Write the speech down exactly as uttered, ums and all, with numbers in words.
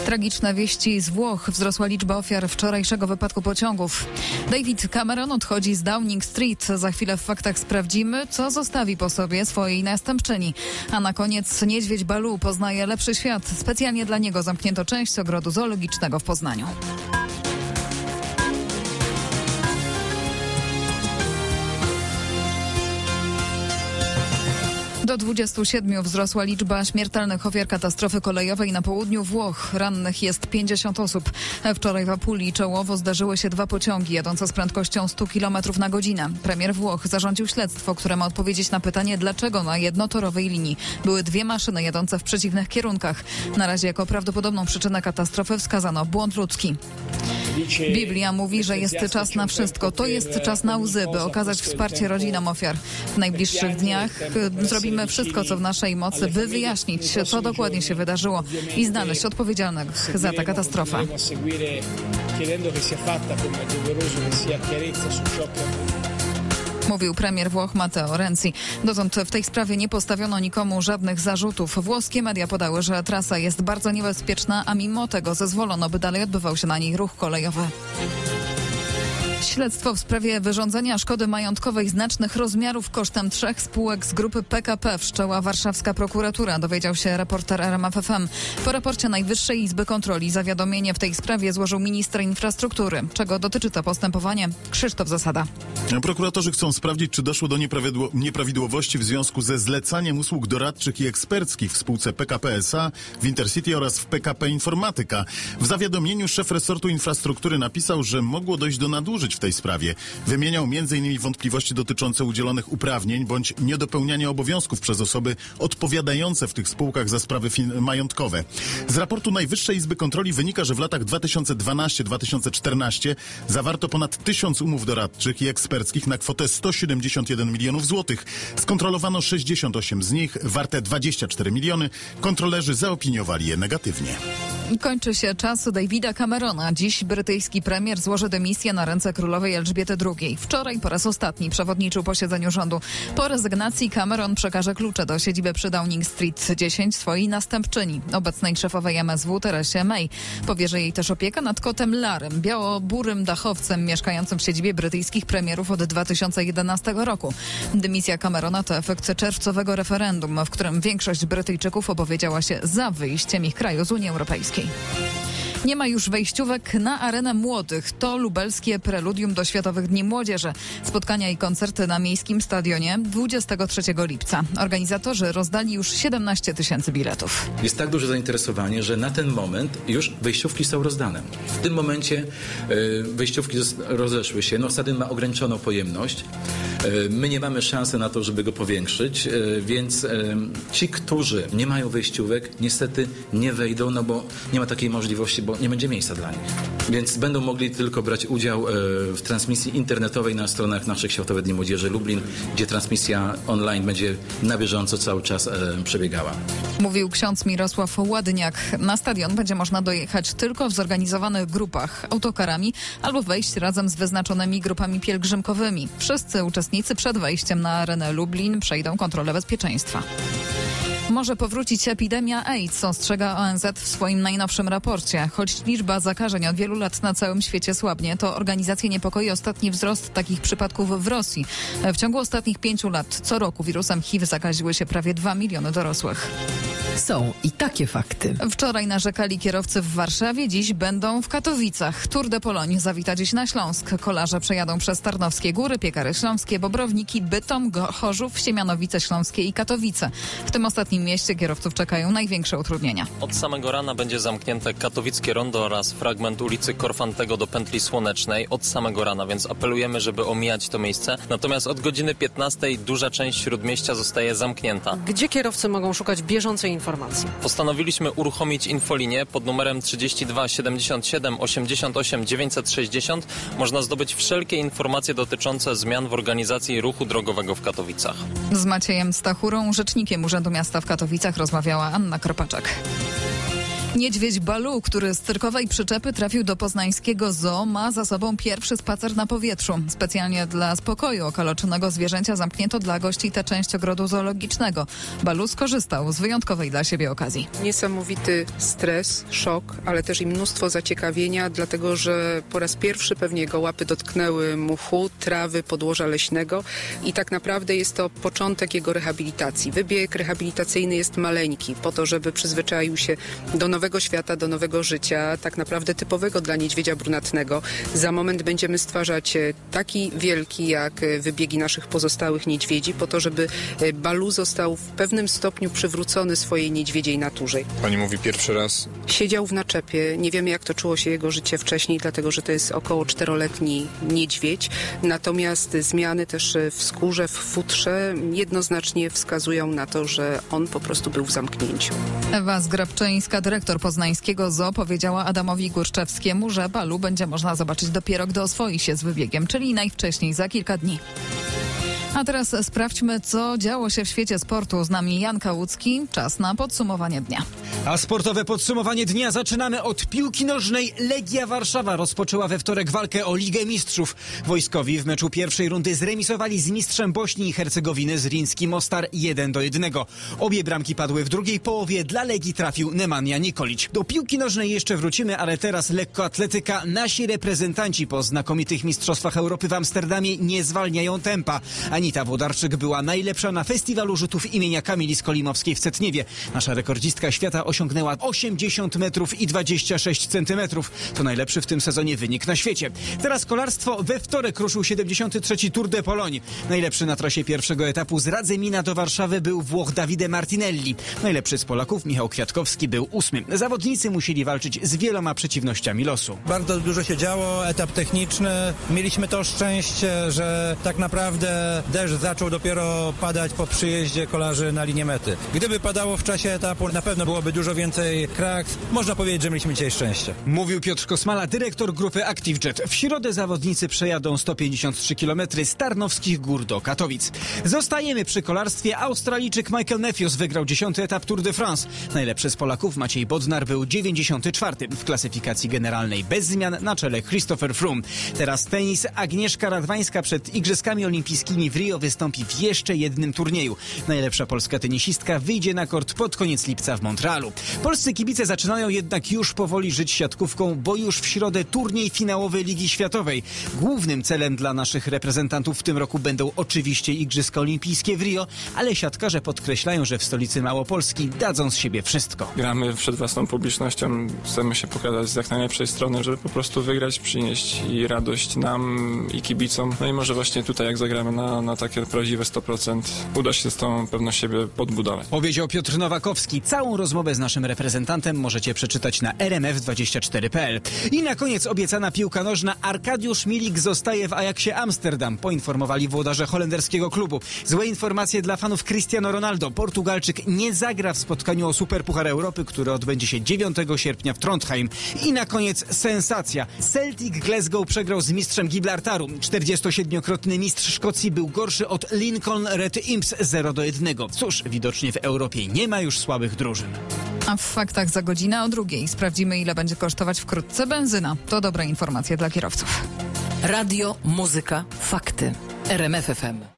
Tragiczne wieści z Włoch. Wzrosła liczba ofiar wczorajszego wypadku pociągów. David Cameron odchodzi z Downing Street. Za chwilę w faktach sprawdzimy, co zostawi po sobie swojej następczyni. A na koniec niedźwiedź Baloo poznaje lepszy świat. Specjalnie dla niego zamknięto część ogrodu zoologicznego w Poznaniu. Do dwudziestu siedmiu wzrosła liczba śmiertelnych ofiar katastrofy kolejowej na południu Włoch. Rannych jest pięćdziesiąt osób. Wczoraj w Apulii czołowo zdarzyły się dwa pociągi jadące z prędkością stu kilometrów na godzinę. Premier Włoch zarządził śledztwo, które ma odpowiedzieć na pytanie, dlaczego na jednotorowej linii były dwie maszyny jadące w przeciwnych kierunkach. Na razie jako prawdopodobną przyczynę katastrofy wskazano błąd ludzki. Biblia mówi, że jest czas na wszystko. To jest czas na łzy, by okazać wsparcie rodzinom ofiar. W najbliższych dniach zrobimy wszystko, co w naszej mocy, by wyjaśnić, co dokładnie się wydarzyło i znaleźć odpowiedzialnych za tę katastrofę. Mówił premier Włoch Matteo Renzi. Dotąd w tej sprawie nie postawiono nikomu żadnych zarzutów. Włoskie media podały, że trasa jest bardzo niebezpieczna, a mimo tego zezwolono, by dalej odbywał się na niej ruch kolejowy. Śledztwo w sprawie wyrządzenia szkody majątkowej znacznych rozmiarów kosztem trzech spółek z grupy P K P wszczęła warszawska prokuratura, dowiedział się reporter R M F F M. Po raporcie Najwyższej Izby Kontroli zawiadomienie w tej sprawie złożył minister infrastruktury. Czego dotyczy to postępowanie? Krzysztof Zasada. Prokuratorzy chcą sprawdzić, czy doszło do nieprawidłowości w związku ze zlecaniem usług doradczych i eksperckich w spółce P K P S A, w Intercity oraz w P K P Informatyka. W zawiadomieniu szef resortu infrastruktury napisał, że mogło dojść do nadużyć w tej sprawie. Wymieniał między innymi wątpliwości dotyczące udzielonych uprawnień bądź niedopełniania obowiązków przez osoby odpowiadające w tych spółkach za sprawy majątkowe. Z raportu Najwyższej Izby Kontroli wynika, że w latach dwa tysiące dwunastym do dwa tysiące czternastego zawarto ponad tysiąc umów doradczych i eksperckich na kwotę sto siedemdziesiąt jeden milionów złotych. Skontrolowano sześćdziesiąt osiem z nich, warte dwadzieścia cztery miliony. Kontrolerzy zaopiniowali je negatywnie. Kończy się czas Davida Camerona. Dziś brytyjski premier złoży dymisję na ręce królowej Elżbiety drugiej. Wczoraj po raz ostatni przewodniczył posiedzeniu rządu. Po rezygnacji Cameron przekaże klucze do siedziby przy Downing Street dziesięć swojej następczyni, obecnej szefowej M S W Teresie May. Powierzy jej też opiekę nad kotem Larym, biało-burym dachowcem mieszkającym w siedzibie brytyjskich premierów od dwa tysiące jedenastego roku. Dymisja Camerona to efekt czerwcowego referendum, w którym większość Brytyjczyków opowiedziała się za wyjściem ich kraju z Unii Europejskiej. Nie ma już wejściówek na arenę młodych. To lubelskie preludium do Światowych Dni Młodzieży. Spotkania i koncerty na miejskim stadionie dwudziestego trzeciego lipca. Organizatorzy rozdali już siedemnaście tysięcy biletów. Jest tak duże zainteresowanie, że na ten moment już wejściówki są rozdane. W tym momencie y, wejściówki rozeszły się. No, stadion ma ograniczoną pojemność. Y, my nie mamy szansy na to, żeby go powiększyć, y, więc y, ci, którzy nie mają wejściówek, niestety nie wejdą, no bo nie ma takiej możliwości, bo nie będzie miejsca dla nich. Więc będą mogli tylko brać udział e, w transmisji internetowej na stronach naszych Światowych Dni Młodzieży Lublin, gdzie transmisja online będzie na bieżąco cały czas e, przebiegała. Mówił ksiądz Mirosław Ładniak. Na stadion będzie można dojechać tylko w zorganizowanych grupach, autokarami albo wejść razem z wyznaczonymi grupami pielgrzymkowymi. Wszyscy uczestnicy przed wejściem na arenę Lublin przejdą kontrolę bezpieczeństwa. Może powrócić epidemia AIDS, ostrzega O N Z w swoim najnowszym raporcie. Choć liczba zakażeń od wielu lat na całym świecie słabnie, to organizacja niepokoi ostatni wzrost takich przypadków w Rosji. W ciągu ostatnich pięciu lat co roku wirusem H I V zakaziły się prawie dwa miliony dorosłych. Są i takie fakty. Wczoraj narzekali kierowcy w Warszawie, dziś będą w Katowicach. Tour de Pologne zawita dziś na Śląsk. Kolarze przejadą przez Tarnowskie Góry, Piekary Śląskie, Bobrowniki, Bytom, Chorzów, Siemianowice Śląskie i Katowice. W tym ostatnim mieście kierowców czekają największe utrudnienia. Od samego rana będzie zamknięte Katowickie Rondo oraz fragment ulicy Korfantego do Pętli Słonecznej. Od samego rana, więc apelujemy, żeby omijać to miejsce. Natomiast od godziny piętnastej duża część Śródmieścia zostaje zamknięta. Gdzie kierowcy mogą szukać bieżącej informacji? Postanowiliśmy uruchomić infolinię pod numerem trzydzieści dwa siedemdziesiąt siedem osiemdziesiąt osiem dziewięćset sześćdziesiąt. Można zdobyć wszelkie informacje dotyczące zmian w organizacji ruchu drogowego w Katowicach. Z Maciejem Stachurą, rzecznikiem Urzędu Miasta w Katowicach, rozmawiała Anna Kropaczek. Niedźwiedź Balu, który z cyrkowej przyczepy trafił do poznańskiego zoo, ma za sobą pierwszy spacer na powietrzu. Specjalnie dla spokoju okaleczonego zwierzęcia zamknięto dla gości tę część ogrodu zoologicznego. Balu skorzystał z wyjątkowej dla siebie okazji. Niesamowity stres, szok, ale też i mnóstwo zaciekawienia, dlatego że po raz pierwszy pewnie jego łapy dotknęły mchu, trawy, podłoża leśnego i tak naprawdę jest to początek jego rehabilitacji. Wybieg rehabilitacyjny jest maleńki, po to, żeby przyzwyczaił się do nowego świata, do nowego życia, tak naprawdę typowego dla niedźwiedzia brunatnego. Za moment będziemy stwarzać taki wielki jak wybiegi naszych pozostałych niedźwiedzi, po to, żeby Balu został w pewnym stopniu przywrócony swojej niedźwiedziej naturze. Pani mówi pierwszy raz. Siedział w naczepie, nie wiemy jak toczyło się jego życie wcześniej, dlatego że to jest około czteroletni niedźwiedź, natomiast zmiany też w skórze, w futrze jednoznacznie wskazują na to, że on po prostu był w zamknięciu. Ewa Zgrabczyńska, dyrektor poznańskiego zoo, powiedziała Adamowi Górczewskiemu, że Balu będzie można zobaczyć dopiero, gdy oswoi się z wybiegiem, czyli najwcześniej za kilka dni. A teraz sprawdźmy, co działo się w świecie sportu. Z nami Jan Kałucki. Czas na podsumowanie dnia. A sportowe podsumowanie dnia zaczynamy od piłki nożnej. Legia Warszawa rozpoczęła we wtorek walkę o Ligę Mistrzów. Wojskowi w meczu pierwszej rundy zremisowali z mistrzem Bośni i Hercegowiny Zrinski Mostar jeden do jednego. Obie bramki padły w drugiej połowie. Dla Legii trafił Nemanja Nikolić. Do piłki nożnej jeszcze wrócimy, ale teraz lekkoatletyka. Nasi reprezentanci po znakomitych mistrzostwach Europy w Amsterdamie nie zwalniają tempa. Anita Włodarczyk była najlepsza na festiwalu rzutów imienia Kamili Skolimowskiej w Cetniewie. Nasza rekordzistka świata osiągnęła osiemdziesiąt metrów i dwadzieścia sześć centymetrów. To najlepszy w tym sezonie wynik na świecie. Teraz kolarstwo. We wtorek ruszył siedemdziesiąty trzeci Tour de Pologne. Najlepszy na trasie pierwszego etapu z Radzymina do Warszawy był Włoch Davide Martinelli. Najlepszy z Polaków Michał Kwiatkowski był ósmy. Zawodnicy musieli walczyć z wieloma przeciwnościami losu. Bardzo dużo się działo, etap techniczny. Mieliśmy to szczęście, że tak naprawdę deszcz zaczął dopiero padać po przyjeździe kolarzy na linię mety. Gdyby padało w czasie etapu, na pewno byłoby dużo więcej kraks. Można powiedzieć, że mieliśmy dzisiaj szczęście. Mówił Piotr Kosmala, dyrektor grupy ActiveJet. W środę zawodnicy przejadą sto pięćdziesiąt trzy kilometry z Tarnowskich Gór do Katowic. Zostajemy przy kolarstwie. Australijczyk Michael Matthews wygrał dziesiąty etap Tour de France. Najlepszy z Polaków Maciej Bodnar był dziewięćdziesiąty czwarty. W klasyfikacji generalnej bez zmian na czele Christopher Froome. Teraz tenis. Agnieszka Radwańska przed Igrzyskami Olimpijskimi w Rio wystąpi w jeszcze jednym turnieju. Najlepsza polska tenisistka wyjdzie na kort pod koniec lipca w Montrealu. Polscy kibice zaczynają jednak już powoli żyć siatkówką, bo już w środę turniej finałowy Ligi Światowej. Głównym celem dla naszych reprezentantów w tym roku będą oczywiście Igrzyska Olimpijskie w Rio, ale siatkarze podkreślają, że w stolicy Małopolski dadzą z siebie wszystko. Gramy przed własną publicznością, chcemy się pokazać z jak najlepszej strony, żeby po prostu wygrać, przynieść i radość nam i kibicom. No i może właśnie tutaj jak zagramy na, na takie prawdziwe sto procent, uda się z tą pewność siebie podbudować. Powiedział Piotr Nowakowski. Całą rozmowę z naszym reprezentantem możecie przeczytać na r m f dwadzieścia cztery kropka p l. I na koniec obiecana piłka nożna. Arkadiusz Milik zostaje w Ajaxie Amsterdam, poinformowali włodarze holenderskiego klubu. Złe informacje dla fanów Cristiano Ronaldo. Portugalczyk nie zagra w spotkaniu o Superpuchar Europy, które odbędzie się dziewiątego sierpnia w Trondheim. I na koniec sensacja. Celtic Glasgow przegrał z mistrzem Gibraltaru. czterdziestosiedmiokrotny mistrz Szkocji był gorszy od Lincoln Red Imps zero do jednego. Cóż, widocznie w Europie nie ma już słabych drużyn. A w faktach za godzinę o drugiej sprawdzimy, ile będzie kosztować wkrótce benzyna. To dobre informacje dla kierowców. Radio, muzyka, fakty. R M F F M.